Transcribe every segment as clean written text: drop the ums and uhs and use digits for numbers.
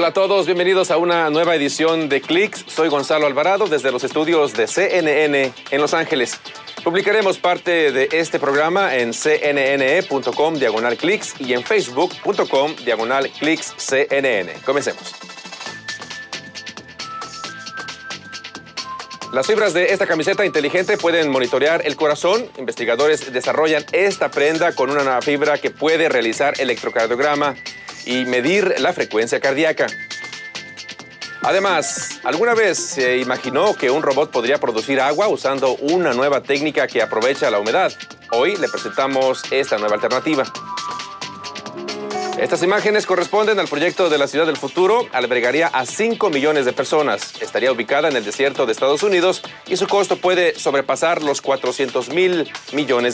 Hola a todos, bienvenidos a una nueva edición de Clix. Soy Gonzalo Alvarado desde los estudios de CNN en Los Ángeles. Publicaremos parte de este programa en cnne.com/Clix y en facebook.com/ClixCNN. Comencemos. Las fibras de esta camiseta inteligente pueden monitorear el corazón. Investigadores desarrollan esta prenda con una nueva fibra que puede realizar electrocardiograma y medir la frecuencia cardíaca. Además, ¿alguna vez se imaginó que un robot podría producir agua usando una nueva técnica que aprovecha la humedad? Hoy le presentamos esta nueva alternativa. Estas imágenes corresponden al proyecto de la ciudad del futuro. Albergaría a 5 millones de personas. Estaría ubicada en el desierto de Estados Unidos y su costo puede sobrepasar los $400,000 millones.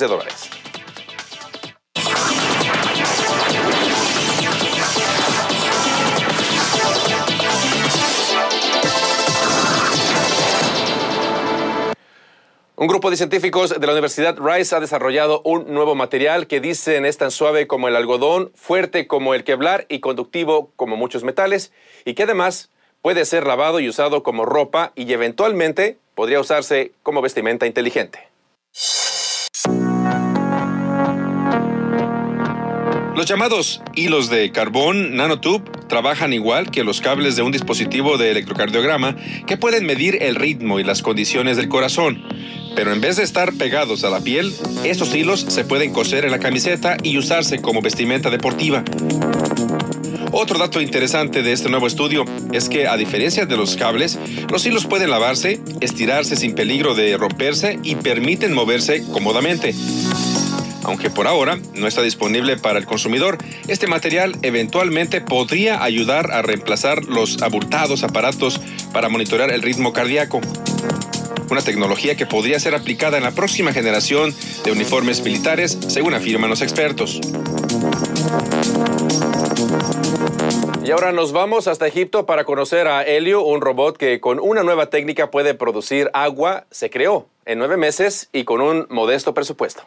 Un grupo de científicos de la Universidad Rice ha desarrollado un nuevo material que dicen es tan suave como el algodón, fuerte como el Kevlar y conductivo como muchos metales, y que además puede ser lavado y usado como ropa y eventualmente podría usarse como vestimenta inteligente. Los llamados hilos de carbón nanotube trabajan igual que los cables de un dispositivo de electrocardiograma que pueden medir el ritmo y las condiciones del corazón. Pero en vez de estar pegados a la piel, estos hilos se pueden coser en la camiseta y usarse como vestimenta deportiva. Otro dato interesante de este nuevo estudio es que, a diferencia de los cables, los hilos pueden lavarse, estirarse sin peligro de romperse y permiten moverse cómodamente. Aunque por ahora no está disponible para el consumidor, este material eventualmente podría ayudar a reemplazar los abultados aparatos para monitorear el ritmo cardíaco. Una tecnología que podría ser aplicada en la próxima generación de uniformes militares, según afirman los expertos. Y ahora nos vamos hasta Egipto para conocer a Helio, un robot que con una nueva técnica puede producir agua. Se creó en 9 meses y con un modesto presupuesto.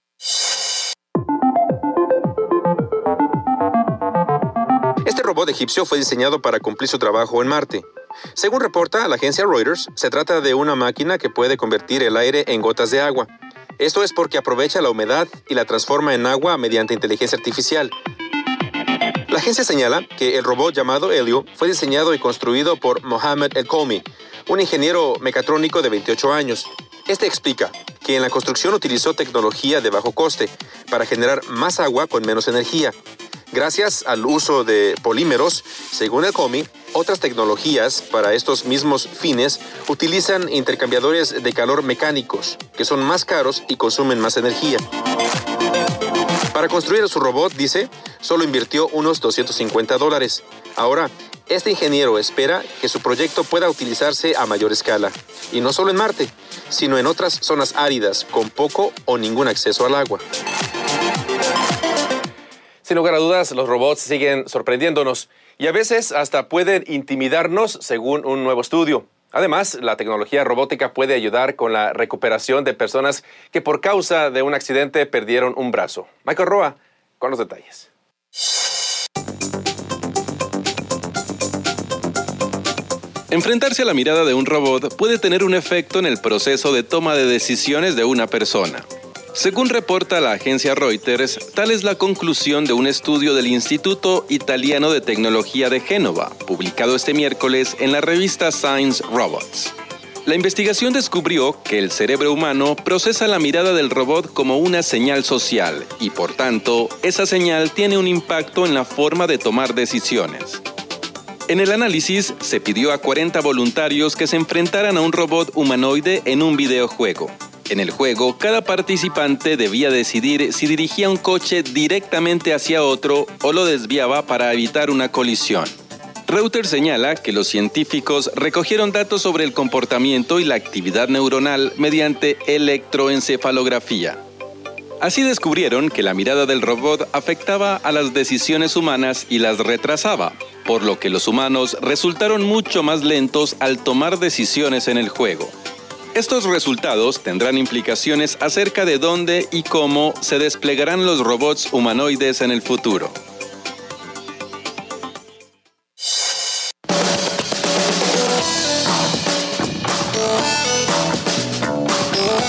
Este robot egipcio fue diseñado para cumplir su trabajo en Marte. Según reporta la agencia Reuters, se trata de una máquina que puede convertir el aire en gotas de agua. Esto es porque aprovecha la humedad y la transforma en agua mediante inteligencia artificial. La agencia señala que el robot llamado Helio fue diseñado y construido por Mohamed El-Komi, un ingeniero mecatrónico de 28 años. Este explica que en la construcción utilizó tecnología de bajo coste para generar más agua con menos energía. Gracias al uso de polímeros, según El-Komi, otras tecnologías para estos mismos fines utilizan intercambiadores de calor mecánicos, que son más caros y consumen más energía. Para construir su robot, dice, solo invirtió unos $250. Ahora, este ingeniero espera que su proyecto pueda utilizarse a mayor escala, y no solo en Marte, sino en otras zonas áridas con poco o ningún acceso al agua. Sin lugar a dudas, los robots siguen sorprendiéndonos y a veces hasta pueden intimidarnos, según un nuevo estudio. Además, la tecnología robótica puede ayudar con la recuperación de personas que por causa de un accidente perdieron un brazo. Michael Roa con los detalles. Enfrentarse a la mirada de un robot puede tener un efecto en el proceso de toma de decisiones de una persona. Según reporta la agencia Reuters, tal es la conclusión de un estudio del Instituto Italiano de Tecnología de Génova, publicado este miércoles en la revista Science Robots. La investigación descubrió que el cerebro humano procesa la mirada del robot como una señal social y, por tanto, esa señal tiene un impacto en la forma de tomar decisiones. En el análisis, se pidió a 40 voluntarios que se enfrentaran a un robot humanoide en un videojuego. En el juego, cada participante debía decidir si dirigía un coche directamente hacia otro o lo desviaba para evitar una colisión. Reuters señala que los científicos recogieron datos sobre el comportamiento y la actividad neuronal mediante electroencefalografía. Así descubrieron que la mirada del robot afectaba a las decisiones humanas y las retrasaba, por lo que los humanos resultaron mucho más lentos al tomar decisiones en el juego. Estos resultados tendrán implicaciones acerca de dónde y cómo se desplegarán los robots humanoides en el futuro.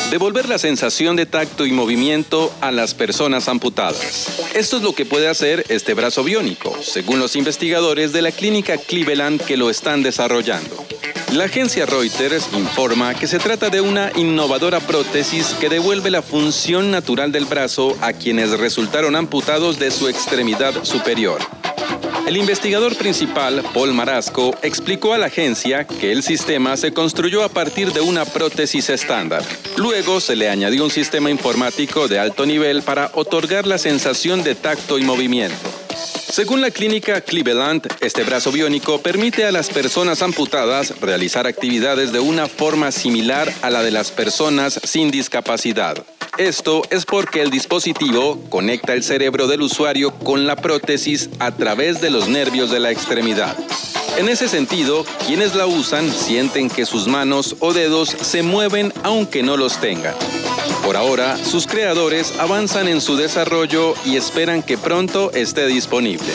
devolver la sensación de tacto y movimiento a las personas amputadas. Esto es lo que puede hacer este brazo biónico, según los investigadores de la clínica Cleveland que lo están desarrollando. La agencia Reuters informa que se trata de una innovadora prótesis que devuelve la función natural del brazo a quienes resultaron amputados de su extremidad superior. El investigador principal, Paul Marasco, explicó a la agencia que el sistema se construyó a partir de una prótesis estándar. Luego se le añadió un sistema informático de alto nivel para otorgar la sensación de tacto y movimiento. Según la clínica Cleveland, este brazo biónico permite a las personas amputadas realizar actividades de una forma similar a la de las personas sin discapacidad. Esto es porque el dispositivo conecta el cerebro del usuario con la prótesis a través de los nervios de la extremidad. En ese sentido, quienes la usan sienten que sus manos o dedos se mueven aunque no los tengan. Por ahora, sus creadores avanzan en su desarrollo y esperan que pronto esté disponible.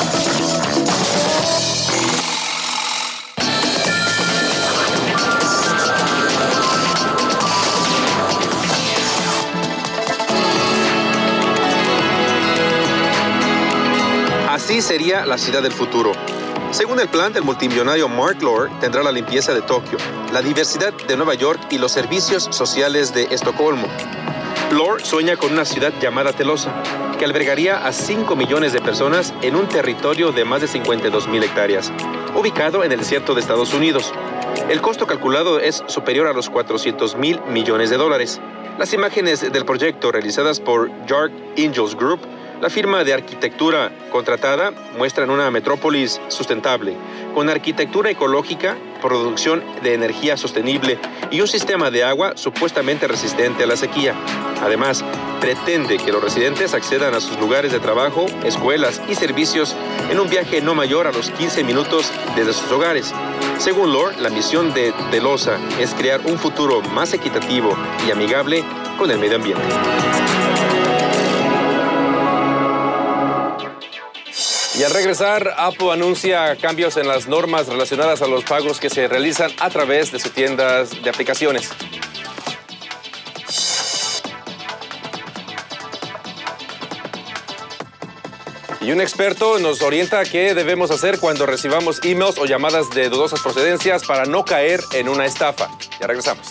Así sería la ciudad del futuro. Según el plan del multimillonario Mark Lore, tendrá la limpieza de Tokio, la diversidad de Nueva York y los servicios sociales de Estocolmo. Lore sueña con una ciudad llamada Telosa, que albergaría a 5 millones de personas en un territorio de más de 52,000 hectáreas, ubicado en el desierto de Estados Unidos. El costo calculado es superior a los $400,000 millones. Las imágenes del proyecto realizadas por Jark Ingels Group, la firma de arquitectura contratada, muestran una metrópolis sustentable, con arquitectura ecológica, producción de energía sostenible y un sistema de agua supuestamente resistente a la sequía. Además, pretende que los residentes accedan a sus lugares de trabajo, escuelas y servicios en un viaje no mayor a los 15 minutos desde sus hogares. Según Lore, la misión de Telosa es crear un futuro más equitativo y amigable con el medio ambiente. Y al regresar, Apple anuncia cambios en las normas relacionadas a los pagos que se realizan a través de sus tiendas de aplicaciones. Y un experto nos orienta qué debemos hacer cuando recibamos emails o llamadas de dudosas procedencias para no caer en una estafa. Ya regresamos.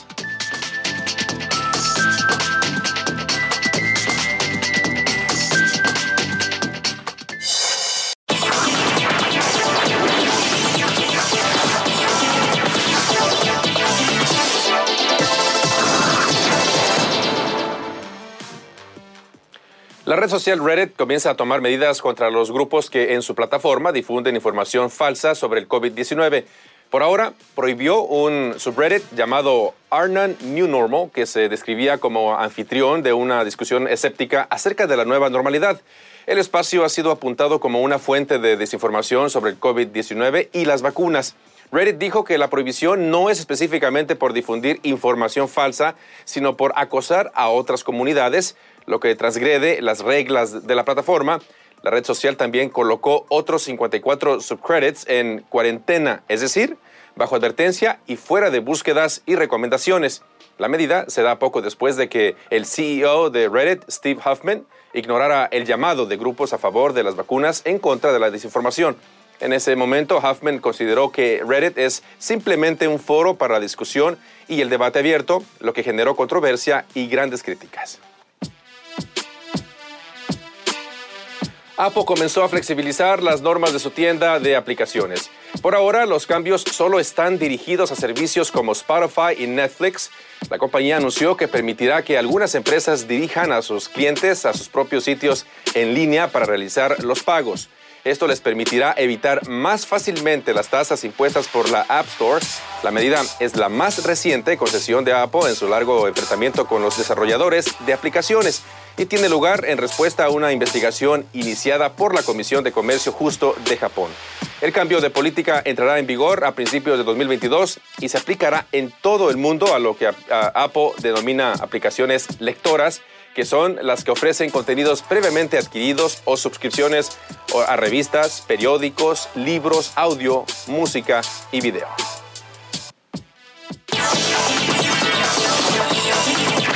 La red social Reddit comienza a tomar medidas contra los grupos que en su plataforma difunden información falsa sobre el COVID-19. Por ahora, prohibió un subreddit llamado Arnan New Normal, que se describía como anfitrión de una discusión escéptica acerca de la nueva normalidad. El espacio ha sido apuntado como una fuente de desinformación sobre el COVID-19 y las vacunas. Reddit dijo que la prohibición no es específicamente por difundir información falsa, sino por acosar a otras comunidades, lo que transgrede las reglas de la plataforma. La red social también colocó otros 54 subreddits en cuarentena, es decir, bajo advertencia y fuera de búsquedas y recomendaciones. La medida se da poco después de que el CEO de Reddit, Steve Huffman, ignorara el llamado de grupos a favor de las vacunas en contra de la desinformación. En ese momento, Huffman consideró que Reddit es simplemente un foro para la discusión y el debate abierto, lo que generó controversia y grandes críticas. Apple comenzó a flexibilizar las normas de su tienda de aplicaciones. Por ahora, los cambios solo están dirigidos a servicios como Spotify y Netflix. La compañía anunció que permitirá que algunas empresas dirijan a sus clientes a sus propios sitios en línea para realizar los pagos. Esto les permitirá evitar más fácilmente las tasas impuestas por la App Store. La medida es la más reciente concesión de Apple en su largo enfrentamiento con los desarrolladores de aplicaciones y tiene lugar en respuesta a una investigación iniciada por la Comisión de Comercio Justo de Japón. El cambio de política entrará en vigor a principios de 2022 y se aplicará en todo el mundo a lo que Apple denomina aplicaciones lectoras, que son las que ofrecen contenidos previamente adquiridos o suscripciones a revistas, periódicos, libros, audio, música y video.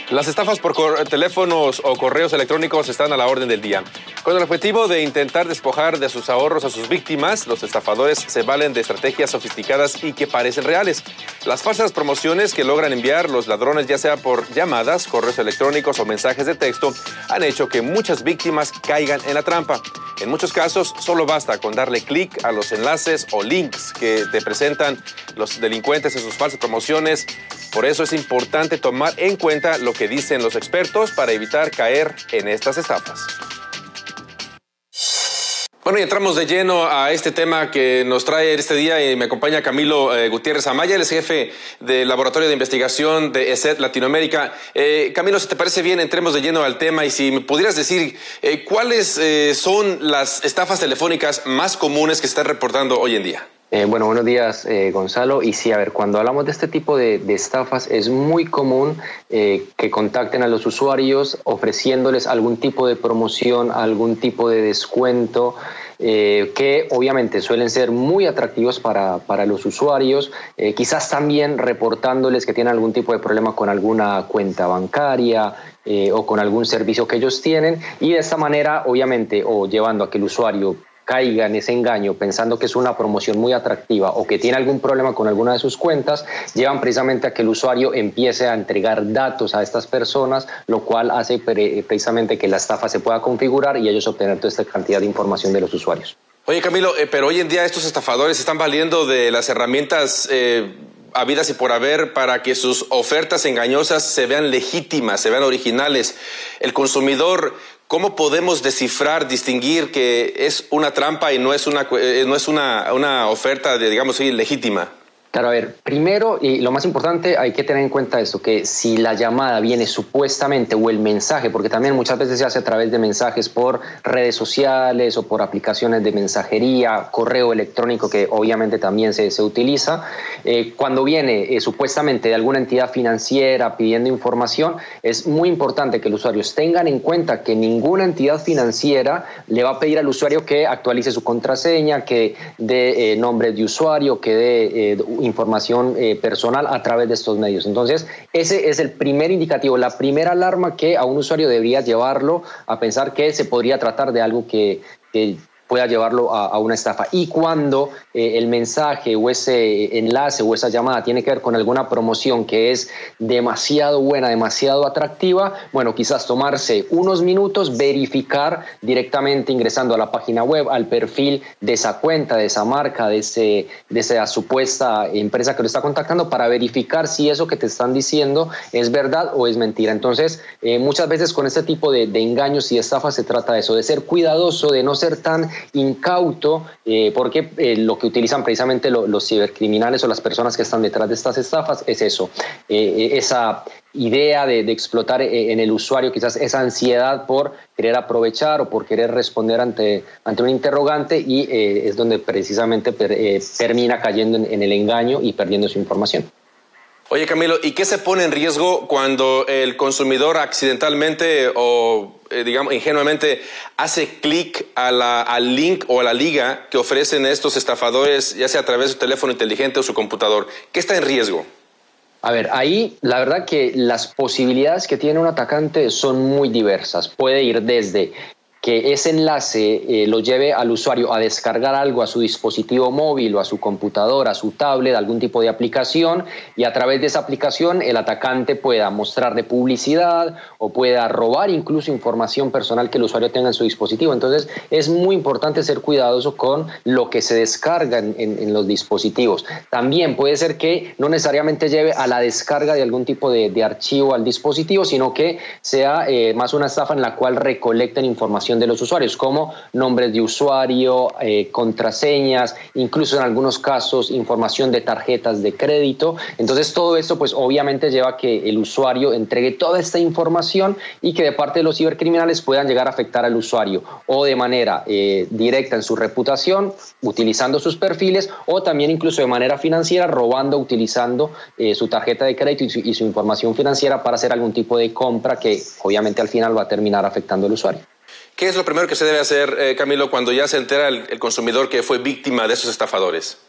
Las estafas por teléfonos o correos electrónicos están a la orden del día. Con el objetivo de intentar despojar de sus ahorros a sus víctimas, los estafadores se valen de estrategias sofisticadas y que parecen reales. Las falsas promociones que logran enviar los ladrones, ya sea por llamadas, correos electrónicos o mensajes de texto, han hecho que muchas víctimas caigan en la trampa. En muchos casos, solo basta con darle clic a los enlaces o links que te presentan los delincuentes en sus falsas promociones. Por eso es importante tomar en cuenta lo que dicen los expertos para evitar caer en estas estafas. Bueno, y entramos de lleno a este tema que nos trae este día y me acompaña Camilo Gutiérrez Amaya, él es jefe del Laboratorio de Investigación de ESET Latinoamérica. Camilo, si te parece bien, entremos de lleno al tema y si me pudieras decir cuáles son las estafas telefónicas más comunes que se están reportando hoy en día. Bueno, buenos días, Gonzalo. Y sí, a ver, cuando hablamos de este tipo de estafas, es muy común que contacten a los usuarios ofreciéndoles algún tipo de promoción, algún tipo de descuento, que obviamente suelen ser muy atractivos para los usuarios, quizás también reportándoles que tienen algún tipo de problema con alguna cuenta bancaria, o con algún servicio que ellos tienen, y de esta manera, obviamente, o llevando a que el usuario caiga en ese engaño pensando que es una promoción muy atractiva o que tiene algún problema con alguna de sus cuentas, llevan precisamente a que el usuario empiece a entregar datos a estas personas, lo cual hace precisamente que la estafa se pueda configurar y ellos obtener toda esta cantidad de información de los usuarios. Oye, Camilo, pero hoy en día estos estafadores están valiendo de las herramientas habidas y por haber para que sus ofertas engañosas se vean legítimas, se vean originales. El consumidor, ¿cómo podemos descifrar, distinguir que es una trampa y no es una oferta, digamos, legítima? Claro, a ver, primero y lo más importante, hay que tener en cuenta esto, que si la llamada viene supuestamente o el mensaje, porque también muchas veces se hace a través de mensajes por redes sociales o por aplicaciones de mensajería, correo electrónico que obviamente también se utiliza, cuando viene supuestamente de alguna entidad financiera pidiendo información, es muy importante que los usuarios tengan en cuenta que ninguna entidad financiera le va a pedir al usuario que actualice su contraseña, que dé nombre de usuario, que dé información personal a través de estos medios. Entonces, ese es el primer indicativo, la primera alarma que a un usuario debería llevarlo a pensar que se podría tratar de algo que pueda llevarlo a una estafa. Y cuando el mensaje o ese enlace o esa llamada tiene que ver con alguna promoción que es demasiado buena, demasiado atractiva, bueno, quizás tomarse unos minutos, verificar directamente ingresando a la página web, al perfil de esa cuenta, de esa marca, de esa supuesta empresa que lo está contactando para verificar si eso que te están diciendo es verdad o es mentira. Entonces, muchas veces con este tipo de engaños y estafas se trata de eso, de ser cuidadoso, de no ser tan incauto, porque lo que utilizan precisamente los cibercriminales o las personas que están detrás de estas estafas es eso, esa idea de explotar en el usuario quizás esa ansiedad por querer aprovechar o por querer responder ante un interrogante y es donde precisamente termina cayendo en el engaño y perdiendo su información. Oye, Camilo, ¿y qué se pone en riesgo cuando el consumidor accidentalmente o, digamos, ingenuamente hace clic al link o a la liga que ofrecen estos estafadores, ya sea a través de su teléfono inteligente o su computador? ¿Qué está en riesgo? A ver, ahí la verdad que las posibilidades que tiene un atacante son muy diversas. Puede ir desde que ese enlace lo lleve al usuario a descargar algo a su dispositivo móvil o a su computadora, a su tablet, algún tipo de aplicación, y a través de esa aplicación el atacante pueda mostrarle publicidad o pueda robar incluso información personal que el usuario tenga en su dispositivo. Entonces es muy importante ser cuidadoso con lo que se descarga en los dispositivos. También puede ser que no necesariamente lleve a la descarga de algún tipo de archivo al dispositivo, sino que sea más una estafa en la cual recolecten información de los usuarios, como nombres de usuario, contraseñas, incluso en algunos casos información de tarjetas de crédito. Entonces todo esto pues obviamente lleva a que el usuario entregue toda esta información y que de parte de los cibercriminales puedan llegar a afectar al usuario o de manera directa en su reputación, utilizando sus perfiles, o también incluso de manera financiera, robando, utilizando su tarjeta de crédito y su información financiera para hacer algún tipo de compra que obviamente al final va a terminar afectando al usuario. ¿Qué es lo primero que se debe hacer, Camilo, cuando ya se entera el consumidor que fue víctima de esos estafadores?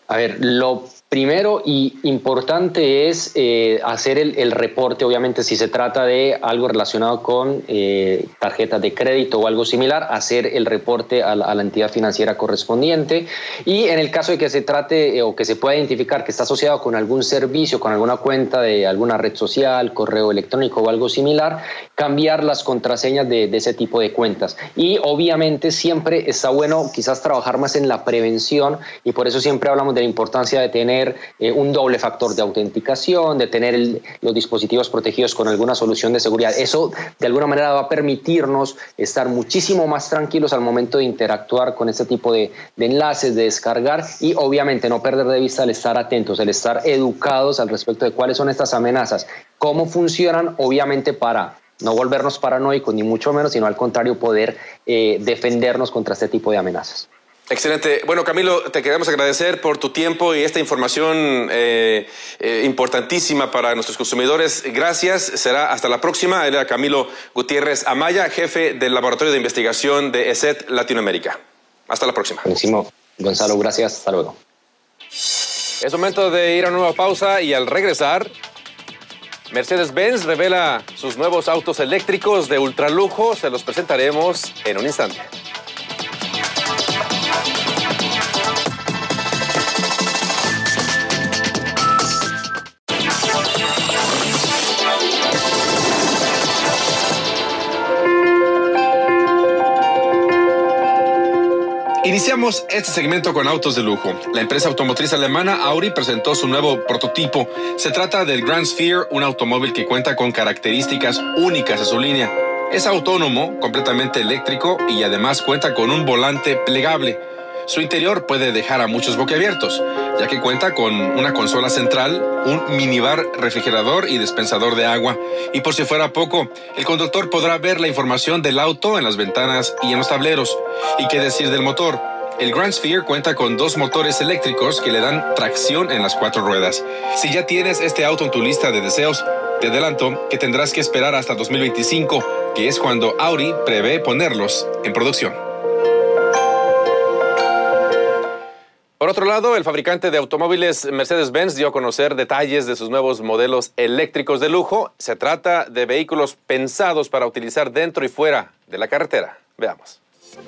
A ver, lo primero y importante es hacer el reporte, obviamente si se trata de algo relacionado con tarjetas de crédito o algo similar, hacer el reporte a la entidad financiera correspondiente, y en el caso de que se trate o que se pueda identificar que está asociado con algún servicio, con alguna cuenta de alguna red social, correo electrónico o algo similar, cambiar las contraseñas de ese tipo de cuentas. Y obviamente siempre está bueno quizás trabajar más en la prevención, y por eso siempre hablamos de la importancia de tener un doble factor de autenticación, de tener los dispositivos protegidos con alguna solución de seguridad. Eso de alguna manera va a permitirnos estar muchísimo más tranquilos al momento de interactuar con este tipo de enlaces, de descargar, y obviamente no perder de vista el estar atentos, el estar educados al respecto de cuáles son estas amenazas, cómo funcionan, obviamente para no volvernos paranoicos ni mucho menos, sino al contrario poder defendernos contra este tipo de amenazas. Excelente. Bueno, Camilo, te queremos agradecer por tu tiempo y esta información importantísima para nuestros consumidores. Gracias. Será hasta la próxima. Era Camilo Gutiérrez Amaya, jefe del Laboratorio de Investigación de ESET Latinoamérica. Hasta la próxima. Buenísimo. Gonzalo, gracias. Hasta luego. Es momento de ir a una nueva pausa y al regresar, Mercedes-Benz revela sus nuevos autos eléctricos de ultralujo. Se los presentaremos en un instante. Iniciamos este segmento con autos de lujo. La empresa automotriz alemana Audi presentó su nuevo prototipo. Se trata del Grand Sphere, un automóvil que cuenta con características únicas en su línea. Es autónomo, completamente eléctrico y además cuenta con un volante plegable. Su interior puede dejar a muchos boquiabiertos, ya que cuenta con una consola central, un minibar refrigerador y dispensador de agua. Y por si fuera poco, el conductor podrá ver la información del auto en las ventanas y en los tableros. ¿Y qué decir del motor? El Grand Sphere cuenta con 2 motores eléctricos que le dan tracción en las 4 ruedas. Si ya tienes este auto en tu lista de deseos, te adelanto que tendrás que esperar hasta 2025, que es cuando Audi prevé ponerlos en producción. Por otro lado, el fabricante de automóviles Mercedes-Benz dio a conocer detalles de sus nuevos modelos eléctricos de lujo. Se trata de vehículos pensados para utilizar dentro y fuera de la carretera. Veamos.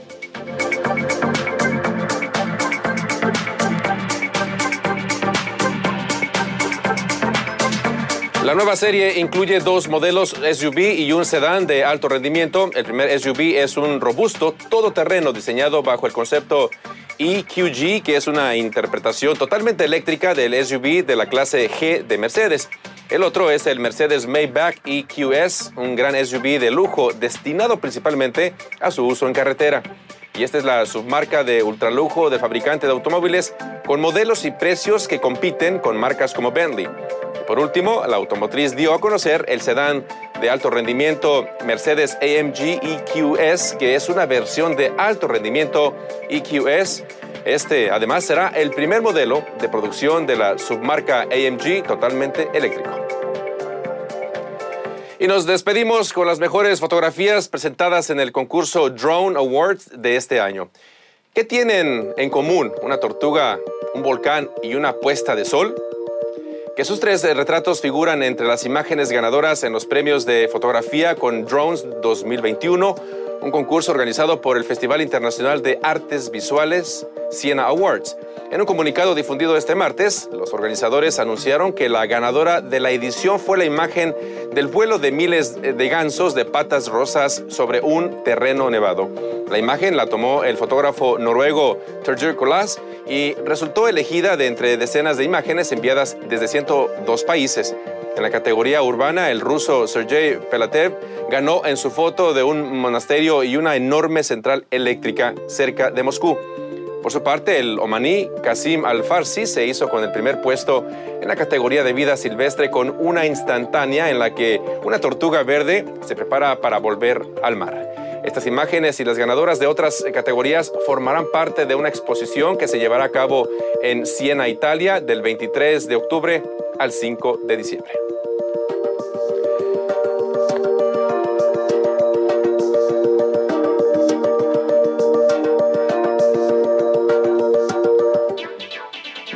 La nueva serie incluye 2 modelos SUV y un sedán de alto rendimiento. El primer SUV es un robusto todoterreno diseñado bajo el concepto EQG, que es una interpretación totalmente eléctrica del SUV de la clase G de Mercedes. El otro es el Mercedes Maybach EQS, un gran SUV de lujo destinado principalmente a su uso en carretera. Y esta es la submarca de ultralujo de fabricante de automóviles con modelos y precios que compiten con marcas como Bentley. Por último, la automotriz dio a conocer el sedán de alto rendimiento Mercedes AMG EQS, que es una versión de alto rendimiento EQS. Este, además, será el primer modelo de producción de la submarca AMG totalmente eléctrico. Y nos despedimos con las mejores fotografías presentadas en el concurso Drone Awards de este año. ¿Qué tienen en común una tortuga, un volcán y una puesta de sol? Que sus 3 retratos figuran entre las imágenes ganadoras en los premios de fotografía con Drones 2021, un concurso organizado por el Festival Internacional de Artes Visuales Siena Awards. En un comunicado difundido este martes, los organizadores anunciaron que la ganadora de la edición fue la imagen del vuelo de miles de gansos de patas rosas sobre un terreno nevado. La imagen la tomó el fotógrafo noruego Torgeir Kolas y resultó elegida de entre decenas de imágenes enviadas desde 102 países. En la categoría urbana, el ruso Sergei Pelatev ganó en su foto de un monasterio y una enorme central eléctrica cerca de Moscú. Por su parte, el omaní Qasim Al-Farsi se hizo con el primer puesto en la categoría de vida silvestre con una instantánea en la que una tortuga verde se prepara para volver al mar. Estas imágenes y las ganadoras de otras categorías formarán parte de una exposición que se llevará a cabo en Siena, Italia, del 23 de octubre al 5 de diciembre.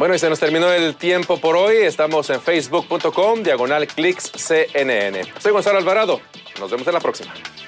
Bueno, y se nos terminó el tiempo por hoy. Estamos en facebook.com/clickscnn. Soy Gonzalo Alvarado. Nos vemos en la próxima.